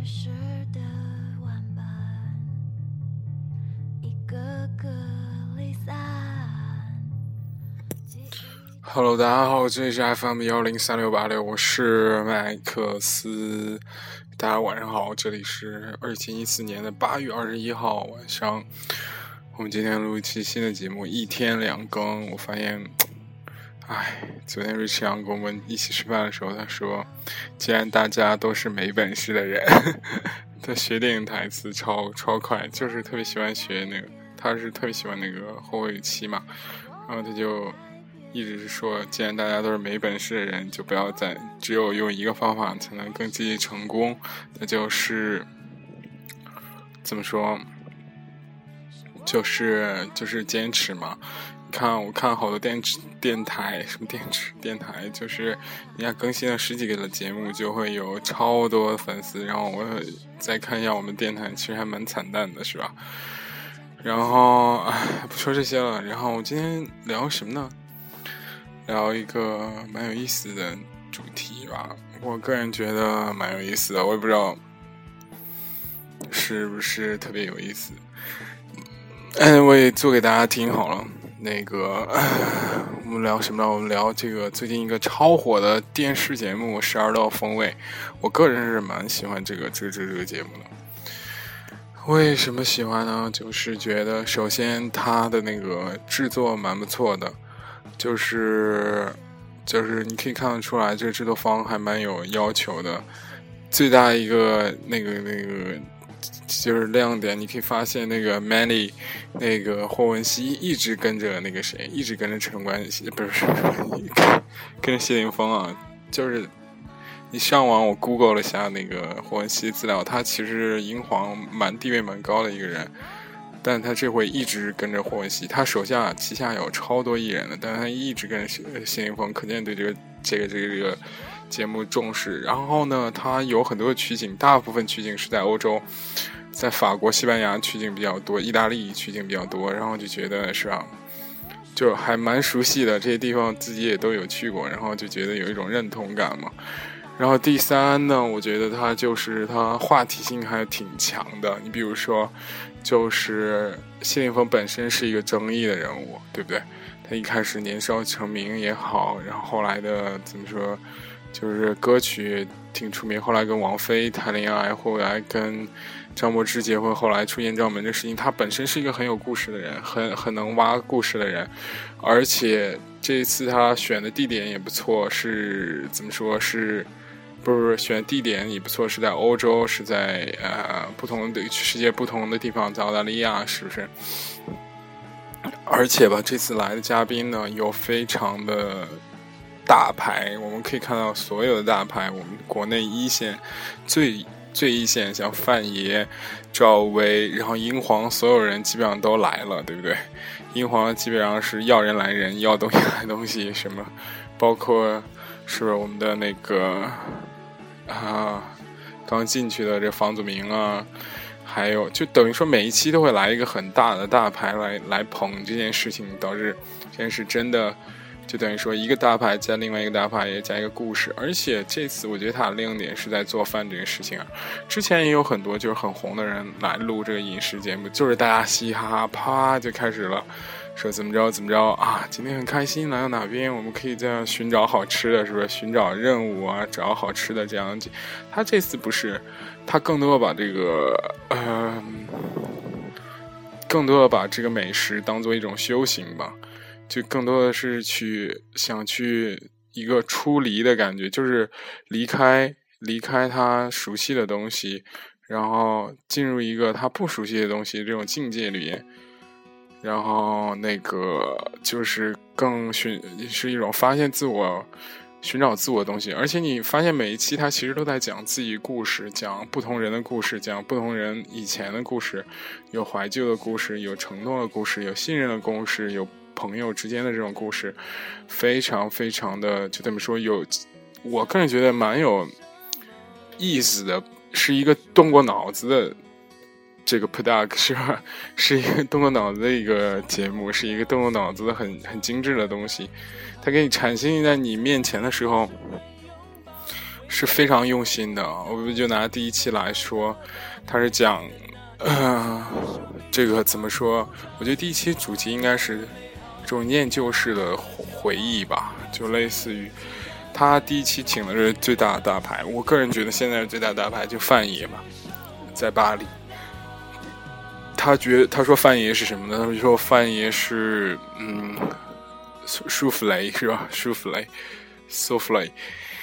时的玩伴，一个个离散。 Hello， 大家好，这里是 FM103686，我是麦克斯。大家晚上好，这里是2014年的8月21号晚上。我们今天录一期新的节目，一天两更。我发现，昨天瑞驰阳跟我们一起吃饭的时候，他说，既然大家都是没本事的人，他学电影台词超快，就是特别喜欢学那个，他是特别喜欢那个后会有期嘛，然后他就一直是说，既然大家都是没本事的人，就不要只有用一个方法才能更积极成功，那就是怎么说，就是坚持嘛。我看好多电台，就是人家更新了10几个的节目，就会有超多的粉丝。然后我再看一下我们电台，其实还蛮惨淡的，是吧？然后不说这些了。然后我今天聊什么呢？聊一个蛮有意思的主题吧，我个人觉得蛮有意思的，我也不知道是不是特别有意思。我也做给大家听好了。我们聊什么呢？我们聊这个最近一个超火的电视节目《12道锋味》，我个人是蛮喜欢这个节目的。为什么喜欢呢？就是觉得首先它的那个制作蛮不错的。就是你可以看得出来，这个制作方还蛮有要求的。最大一个那个就是亮点，你可以发现那个 Manny 那个霍汶希一直跟着那个谁，一直跟着陈冠希，不是跟着谢霆锋啊。就是你上网我 Google 了一下那个霍汶希资料，他其实英皇地位蛮高的一个人。但他这回一直跟着霍汶希，他旗下有超多艺人的，但他一直跟着谢霆锋，可见对这个节目重视。然后呢，他有很多的取景，大部分取景是在欧洲，在法国、西班牙取景比较多，意大利取景比较多，然后就觉得是吧，就还蛮熟悉的，这些地方自己也都有去过，然后就觉得有一种认同感嘛。然后第三呢，我觉得他话题性还挺强的。你比如说，就是谢霆锋本身是一个争议的人物，对不对？他一开始年少成名也好，然后后来的怎么说，就是歌曲挺出名，后来跟王菲谈恋爱，后来跟张柏芝结婚，后来出艳照门这事情，他本身是一个很有故事的人，很能挖故事的人。而且这一次他选的地点也不错，是怎么说，不是选地点也不错，是在欧洲，是在不同的世界不同的地方，在澳大利亚，是不是？而且吧，这次来的嘉宾呢，有非常的大牌，我们可以看到所有的大牌，我们国内一线最一线，像范爷、赵薇，然后英皇所有人基本上都来了，对不对？英皇基本上是要人来人，要东西来东西，什么包括是我们的那个刚进去的这房祖名啊，还有就等于说每一期都会来一个很大的大牌来捧这件事情，导致这件事真的就等于说一个大牌加另外一个大牌也加一个故事。而且这次我觉得它的亮点是在做饭这个事情啊。之前也有很多就是很红的人来录这个饮食节目，就是大家嘻嘻哈哈啪就开始了，说怎么着啊，今天很开心来到哪边，我们可以这样寻找好吃的，是不是寻找任务啊，找好吃的这样。他这次不是，他更多把这个美食当做一种修行吧，就更多的是想去一个出离的感觉，就是离开他熟悉的东西，然后进入一个他不熟悉的东西这种境界里面。然后就是是一种发现自我、寻找自我的东西。而且你发现每一期他其实都在讲自己故事，讲不同人的故事，讲不同人以前的故事，有怀旧的故事，有承诺的故事，有信任的故事，有朋友之间的这种故事，非常非常的就这么说，我个人觉得蛮有意思的，是一个动过脑子的这个 product 是吧？是一个动过脑子的一个节目，是一个动过脑子的很精致的东西。它给你展现在你面前的时候， 是非常用心的。我们就拿第一期来说，它是讲这个怎么说，我觉得第一期主题应该是这种念旧式的回忆吧，就类似于他第一期请的是最大的大牌，我个人觉得现在最大的大牌就范爷吧，在巴黎。他说范爷是什么呢？他就说范爷是舒芙蕾是吧？舒芙蕾，苏芙蕾，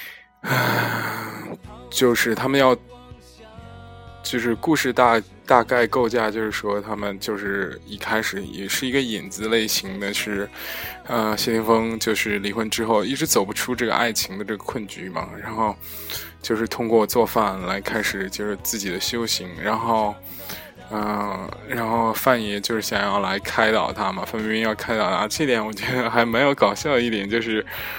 就是他们要，就是故事大概构架就是说他们就是一开始也是一个引子类型的是，谢霆锋就是离婚之后一直走不出这个爱情的这个困局嘛，然后就是通过做饭来开始就是自己的修行，然后范爷就是想要来开导他嘛，范冰冰要开导他，这点我觉得还蛮有搞笑的一点就是，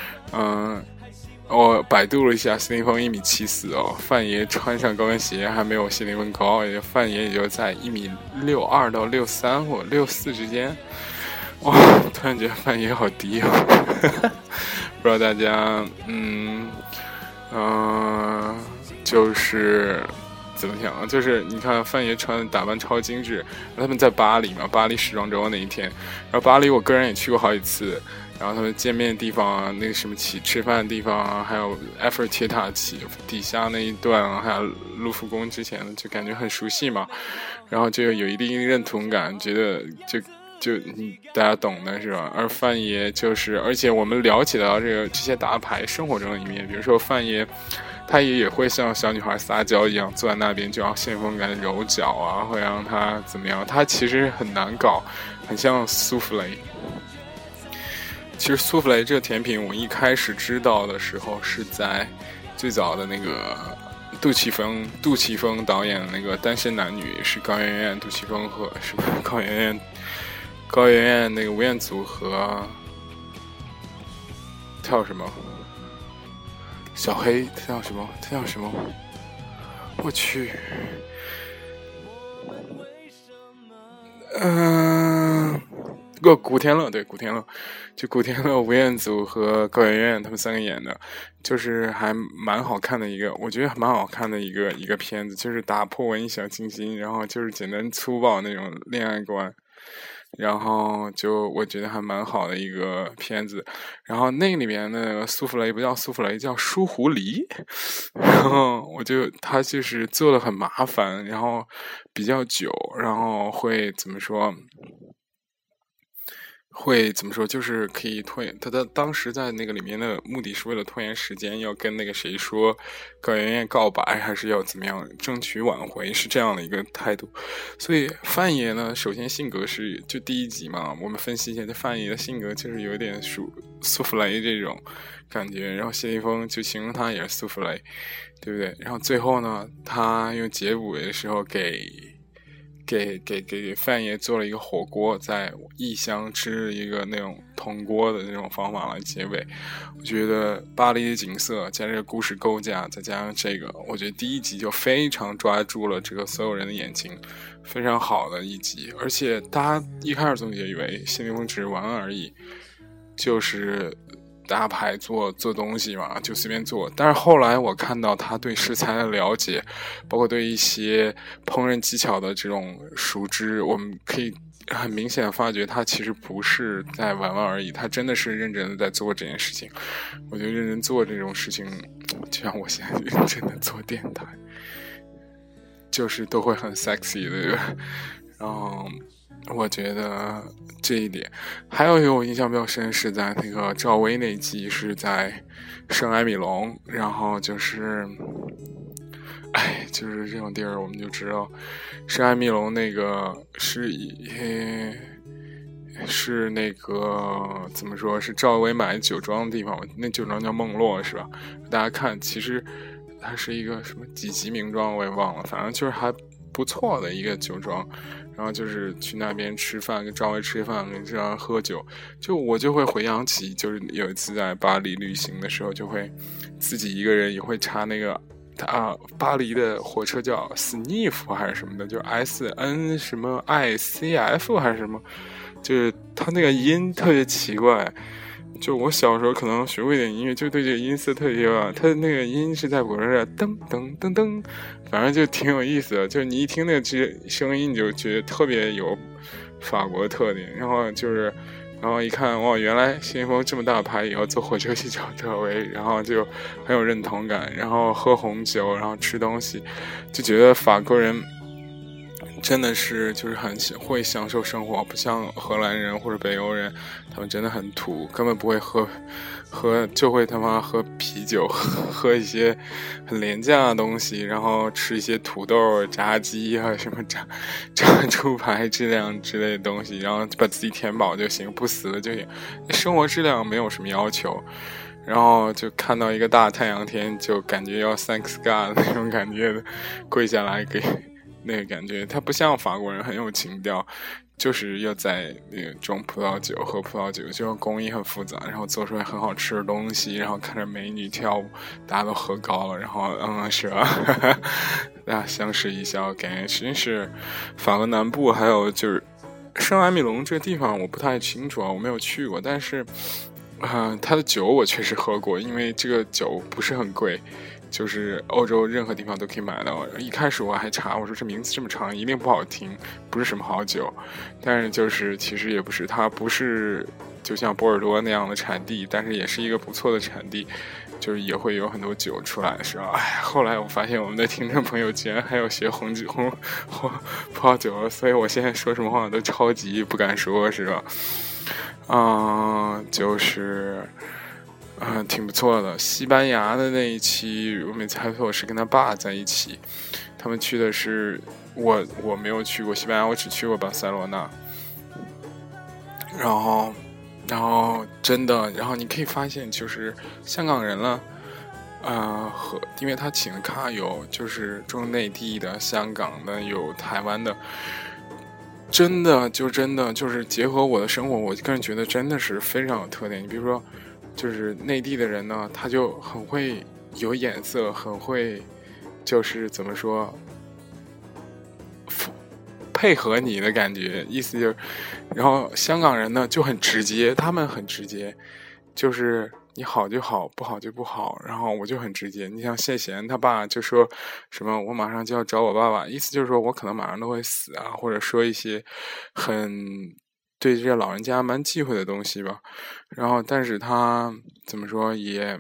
我百度了一下，谢霆锋1.74米哦，范爷穿上高跟鞋还没有谢霆锋高，范爷也就在1.62米到1.63米或1.64米之间。哇，突然觉得范爷好低哦，不知道大家就是怎么想，就是你看范爷穿的打扮超精致，他们在巴黎嘛，巴黎时装周那一天，然后巴黎我个人也去过好几次，然后他们见面的地方啊，那个什么吃饭的地方啊，还有埃菲尔铁塔底下那一段啊，还有卢浮宫之前的，就感觉很熟悉嘛，然后就有一定认同感，觉得就大家懂的是吧？而范爷就是，而且我们了解到这些大牌生活中的一面，比如说范爷。他也会像小女孩撒娇一样坐在那边，就让谢霆锋给他揉脚啊，会让他怎么样？他其实很难搞，很像苏芙蕾。其实苏芙蕾这个甜品，我一开始知道的时候是在最早的那个杜琪峰导演的那个《单身男女》，是高圆圆、杜琪峰和什么高圆圆那个吴彦祖和跳什么？小黑，他叫什么？我去，古天乐，对，古天乐，就古天乐、吴彦祖和高圆圆他们3个演的，就是还蛮好看的一个，我觉得蛮好看的一个片子，就是打破文艺小清新，然后就是简单粗暴那种恋爱观。然后就我觉得还蛮好的一个片子，然后那里面的苏芙蕾不叫苏芙蕾，叫舒狐狸，然后他就是做的很麻烦，然后比较久，然后会怎么说，就是可以拖延。他当时在那个里面的目的是为了拖延时间，要跟那个谁说高圆圆告白，还是要怎么样争取挽回，是这样的一个态度。所以范爷呢，首先性格是就第一集嘛，我们分析一下，这范爷的性格就是有点属苏芙蕾这种感觉，然后谢霆锋就形容他也是苏芙蕾，对不对？然后最后呢，他用结尾的时候给范爷做了一个火锅，在异乡吃一个那种铜锅的那种方法来结尾。我觉得巴黎的景色加这个故事构架，再加上这个，我觉得第一集就非常抓住了这个所有人的眼睛，非常好的一集。而且大家一开始总结以为谢霆锋只是玩而已，就是大牌做东西嘛，就随便做。但是后来我看到他对食材的了解，包括对一些烹饪技巧的这种熟知，我们可以很明显的发觉他其实不是在玩而已，他真的是认真的在做这件事情。我觉得认真做这种事情，就像我现在认真的做电台，就是都会很 sexy 的。然后我觉得这一点，还有一个我印象比较深是在那个赵薇那集，是在圣埃米隆，然后就是就是这种地儿我们就知道圣埃米隆那个是那个怎么说，是赵薇买酒庄的地方，那酒庄叫梦洛是吧？大家看，其实它是一个什么几级名庄我也忘了，反正就是还不错的一个酒庄。然后就是去那边吃饭，跟赵薇吃饭，跟这样喝酒，我就会回想起，就是有一次在巴黎旅行的时候，就会自己一个人也会查那个巴黎的火车叫 Sniff 还是什么的，就 SN 什么 ICF 还是什么，就是它那个音特别奇怪， 就我小时候可能学过一点音乐，就对这个音色特别吧，它那个音是在鼓上噔噔噔噔，反正就挺有意思的。就你一听那个声音，你就觉得特别有法国特点。然后一看，哇，原来谢霆锋这么大牌也要坐火车去找特维，然后就很有认同感。然后喝红酒，然后吃东西，就觉得法国人真的是就是很会享受生活，不像荷兰人或者北欧人，他们真的很土，根本不会喝，就会他妈喝啤酒，喝一些很廉价的东西，然后吃一些土豆、炸鸡啊，什么炸猪排这样之类的东西，然后把自己填饱就行，不死了就行，生活质量没有什么要求。然后就看到一个大太阳天，就感觉要 thanks God 那种感觉的，跪下来给那个感觉。他不像法国人很有情调，就是要在那个种葡萄酒，喝葡萄酒，就工艺很复杂，然后做出来很好吃的东西，然后看着美女跳舞，大家都喝高了，然后是吧？大家相视一笑，感觉真是法国南部，还有就是圣埃米隆这个地方我不太清楚啊，我没有去过，但是它的酒我确实喝过，因为这个酒不是很贵，就是欧洲任何地方都可以买到。一开始我还查，我说这名字这么长，一定不好听，不是什么好酒。但是就是其实也不是，它不是就像波尔多那样的产地，但是也是一个不错的产地，就是也会有很多酒出来，是吧？哎，后来我发现我们的听众朋友竟然还有学葡萄酒，所以我现在说什么话都超级不敢说，是吧？就是挺不错的。西班牙的那一期我没猜错，我是跟他爸在一起，他们去的是我没有去过西班牙，我只去过巴塞罗那。然后真的，然后你可以发现就是香港人了，因为他请的咖有就是中内地的、香港的，有台湾的。真的就是结合我的生活，我个人觉得真的是非常有特点。你比如说就是内地的人呢，他就很会有眼色，很会就是怎么说配合你的感觉，意思就是，然后香港人呢就很直接，他们很直接，就是你好就好，不好就不好，然后我就很直接。你像谢贤他爸就说什么我马上就要找我爸爸，意思就是说我可能马上都会死啊，或者说一些很对这些老人家蛮忌讳的东西吧。然后但是他怎么说也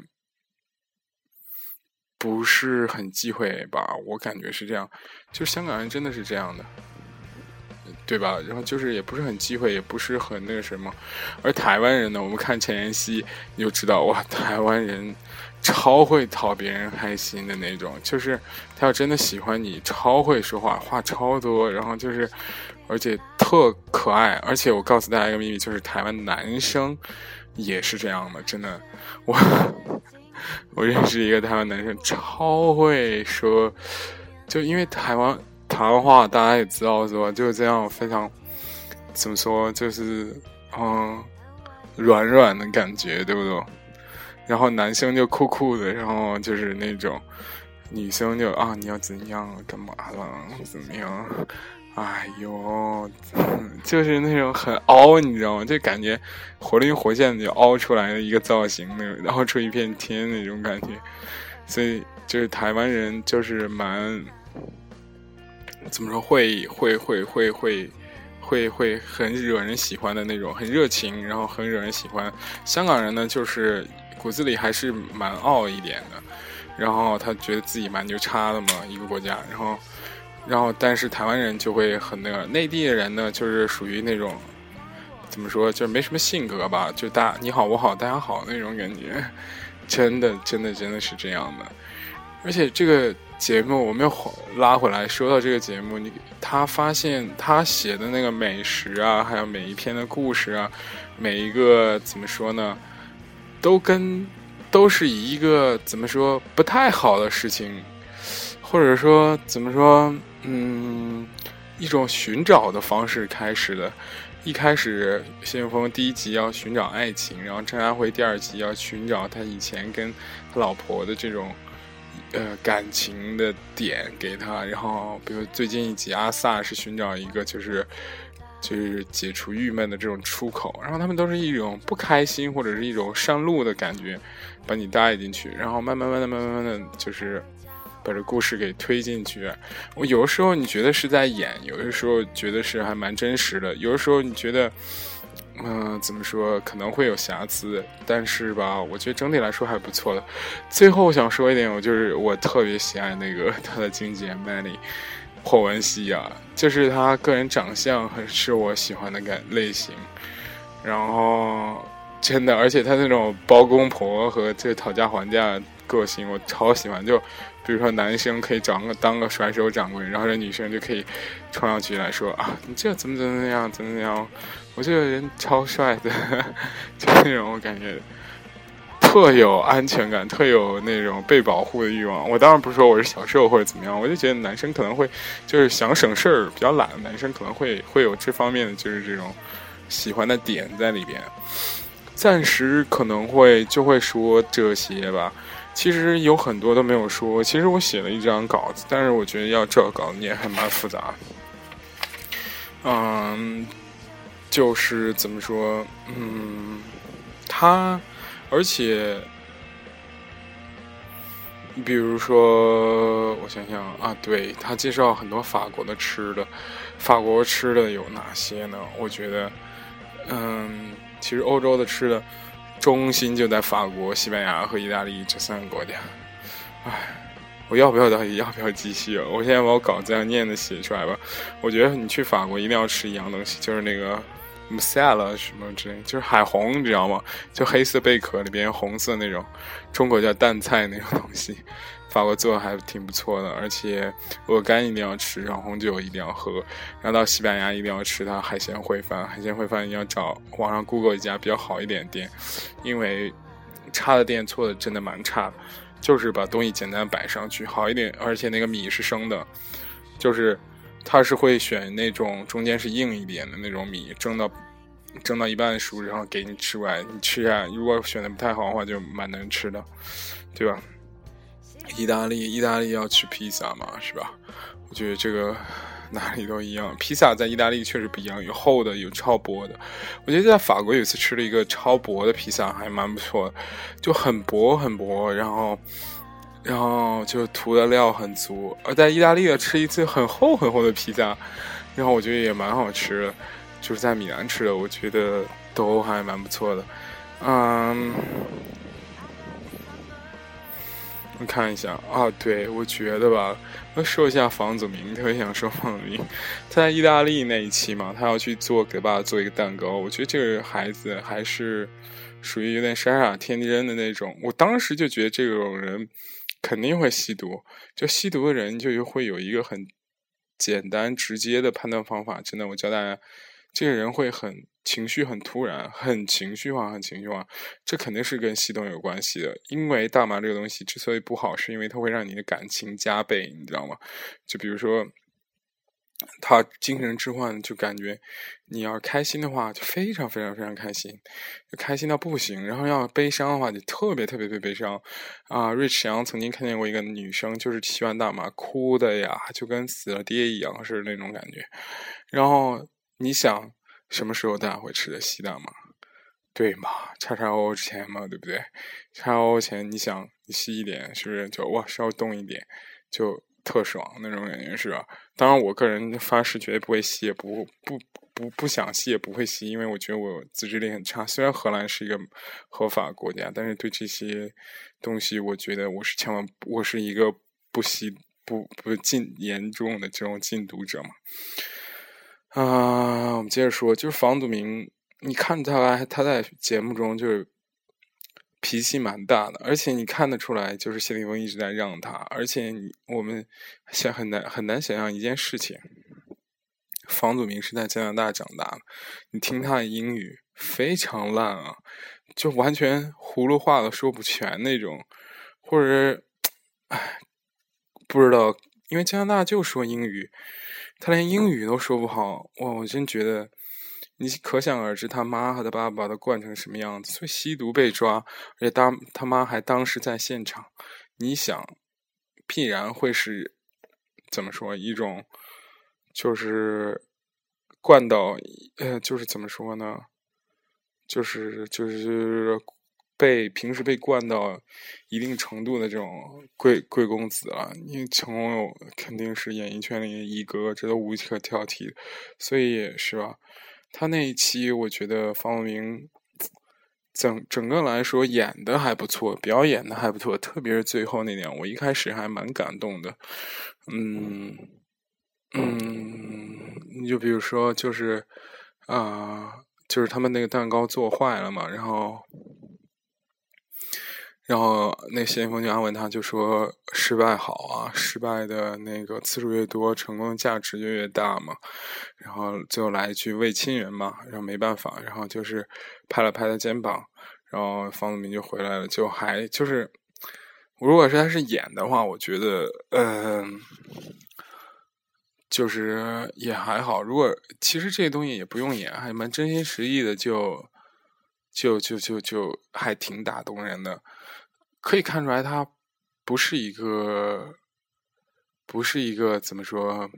不是很忌讳吧，我感觉是这样，就香港人真的是这样的，对吧？然后就是也不是很忌讳，也不是很那个什么。而台湾人呢，我们看陈妍希你就知道，哇，台湾人超会讨别人开心的那种，就是他要真的喜欢你，超会说话，话超多，然后就是而且特可爱。而且我告诉大家一个秘密，就是台湾男生也是这样的，真的。我认识一个台湾男生，超会说，就因为台湾话大家也知道是吧，就是这样非常怎么说，就是软软的感觉，对不对？然后男生就酷酷的，然后就是那种女生就你要怎样干嘛了怎么样，哎呦，就是那种很凹，你知道吗？就感觉活灵活现的就凹出来的一个造型，那种凹出一片天那种感觉。所以就是台湾人就是蛮怎么说，会很惹人喜欢的那种，很热情，然后很惹人喜欢。香港人呢，就是骨子里还是蛮傲一点的，然后他觉得自己蛮牛叉的嘛，一个国家，然后但是台湾人就会很那个，内地的人呢就是属于那种怎么说，就没什么性格吧，就你好我好大家好那种感觉，真的是这样的。而且这个节目我们又拉回来说到这个节目，他发现他写的那个美食啊，还有每一篇的故事啊，每一个怎么说呢，都是以一个怎么说不太好的事情，或者说怎么说一种寻找的方式开始的。一开始谢霆锋第一集要寻找爱情，然后张家辉第二集要寻找他以前跟他老婆的这种感情的点给他，然后比如最近一集阿萨是寻找一个就就是解除郁闷的这种出口，然后他们都是一种不开心或者是一种上路的感觉，把你带进去，然后慢慢的，就是把这故事给推进去。我有的时候你觉得是在演，有的时候觉得是还蛮真实的，有的时候你觉得怎么说可能会有瑕疵，但是吧我觉得整体来说还不错的。最后我想说一点，我特别喜爱那个他的经纪人 Manny 霍文西啊，就是他个人长相很是我喜欢的类型，然后真的，而且他那种包公婆和这讨价还价个性我超喜欢。就比如说男生可以当个甩手掌柜，然后这女生就可以冲上去来说啊，你这怎么样，我这个人超帅的就那种我感觉特有安全感，特有那种被保护的欲望。我当然不是说我是小受或者怎么样，我就觉得男生可能会就是想省事儿，比较懒的男生可能会有这方面的就是这种喜欢的点在里边。暂时可能就会说这些吧，其实有很多都没有说。其实我写了一张稿子，但是我觉得要照稿子也还蛮复杂。就是怎么说，而且比如说我想想啊，对，他介绍很多法国的吃的，法国吃的有哪些呢？我觉得其实欧洲的吃的中心就在法国、西班牙和意大利这3个国家。我到底要不要继续？我现在把我稿子念的写出来吧。我觉得你去法国一定要吃一样东西，就是那个 Moussala 什么之类，就是海虹，你知道吗？就黑色贝壳里边红色那种，中国叫淡菜那种东西。法国做的还挺不错的，而且鹅肝一定要吃，然后红酒一定要喝，然后到西班牙一定要吃它海鲜烩饭，海鲜烩饭一定要找网上 Google 一家比较好一点的店，因为差的店做的真的蛮差的，就是把东西简单摆上去好一点，而且那个米是生的，就是它是会选那种中间是硬一点的那种米，蒸到一半熟，然后给你吃过来，你吃下如果选的不太好的话就蛮难吃的，对吧？意大利要吃披萨嘛，是吧？我觉得这个哪里都一样，披萨在意大利确实不一样，有厚的有超薄的。我觉得在法国有一次吃了一个超薄的披萨还蛮不错的，就很薄很薄，然后就涂的料很足。而在意大利吃一次很厚很厚的披萨，然后我觉得也蛮好吃的，就是在米兰吃的，我觉得都还蛮不错的。我看一下啊，对，我觉得吧，我说一下房祖名，特别想说房祖名，他在意大利那一期嘛，他要去给爸爸做一个蛋糕，我觉得这个孩子还是属于有点傻傻天真的那种，我当时就觉得这种人肯定会吸毒，就吸毒的人就会有一个很简单直接的判断方法，真的，我教大家，这个人会情绪很突然，很情绪化，这肯定是跟吸毒有关系的。因为大麻这个东西之所以不好，是因为它会让你的感情加倍，你知道吗？就比如说，他精神置换，就感觉你要开心的话，就非常非常非常开心，就开心到不行；然后要悲伤的话，就特别特别悲伤。Rich 杨曾经看见过一个女生，就是吸完大麻哭的呀，就跟死了爹一样，是那种感觉。然后你想。什么时候大家会吃的吸大麻？对嘛，XXO 之前嘛，对不对？XXO前你想你吸一点，是不是就哇稍微动一点就特爽那种感觉是吧？当然我个人发誓绝对不会吸，也不想吸也不会吸，因为我觉得我自制力很差。虽然荷兰是一个合法国家，但是对这些东西，我觉得我是一个不严重的这种禁毒者嘛。我们接着说，就是房祖名，你看他在节目中就是脾气蛮大的，而且你看得出来，就是谢霆锋一直在让他，而且我们很难想象一件事情，房祖名是在加拿大长大的，你听他的英语非常烂啊，就完全葫芦话都说不全那种，或者不知道，因为加拿大就说英语。他连英语都说不好，哇！我真觉得，你可想而知，他妈和他爸把他惯成什么样子。所以吸毒被抓，而且他妈还当时在现场。你想，必然会是怎么说一种，就是灌到就是怎么说呢？就是平时被灌到一定程度的这种贵公子了。因为成龙肯定是演艺圈里的一哥，这都无可挑剔，所以是吧？他那一期我觉得方伟明整个来说演的还不错，表演的还不错，特别是最后那点，我一开始还蛮感动的。你就比如说就是就是他们那个蛋糕做坏了嘛，然后那谢霆锋就安慰他，就说失败好啊，失败的那个次数越多，成功的价值就越大嘛。然后最后来一句为亲人嘛，然后没办法，然后就是拍了拍他肩膀，然后方子明就回来了，就还就是如果是他是演的话，我觉得就是也还好。如果其实这些东西也不用演，还蛮真心实意的，就还挺打动人的。可以看出来他不是一个怎么说，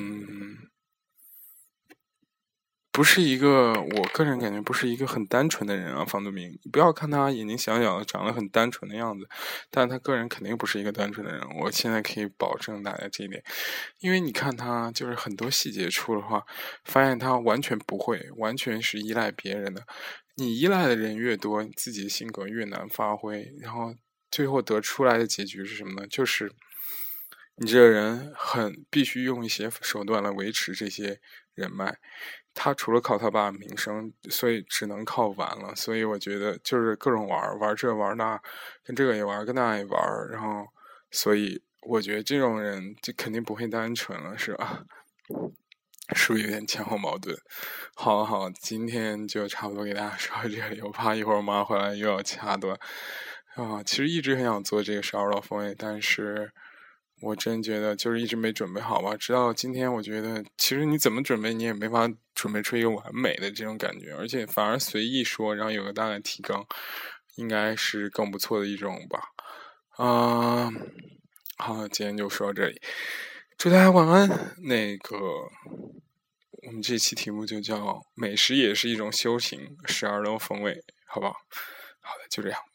不是一个，我个人感觉不是一个很单纯的人啊。方东明，你不要看他眼睛小小的，长得很单纯的样子，但他个人肯定不是一个单纯的人。我现在可以保证大家这一点，因为你看他就是很多细节出的话，发现他完全不会，完全是依赖别人的。你依赖的人越多，你自己的性格越难发挥，然后最后得出来的结局是什么呢？就是你这个人必须用一些手段来维持这些人脉。他除了靠他爸名声，所以只能靠玩了。所以我觉得就是各种玩这玩那，跟这个也玩，跟那也玩，然后所以我觉得这种人就肯定不会单纯了，是吧？是不是有点前后矛盾？好，今天就差不多给大家说到这里，我怕一会儿我妈回来又要掐断其实一直很想做这个12道锋味，但是我真觉得就是一直没准备好吧。直到今天，我觉得其实你怎么准备，你也没法准备出一个完美的这种感觉，而且反而随意说，然后有个大概提纲，应该是更不错的一种吧。好，今天就说到这里，祝大家晚安。我们这期题目就叫美食也是一种修行，12道锋味，好不好？好的，就这样。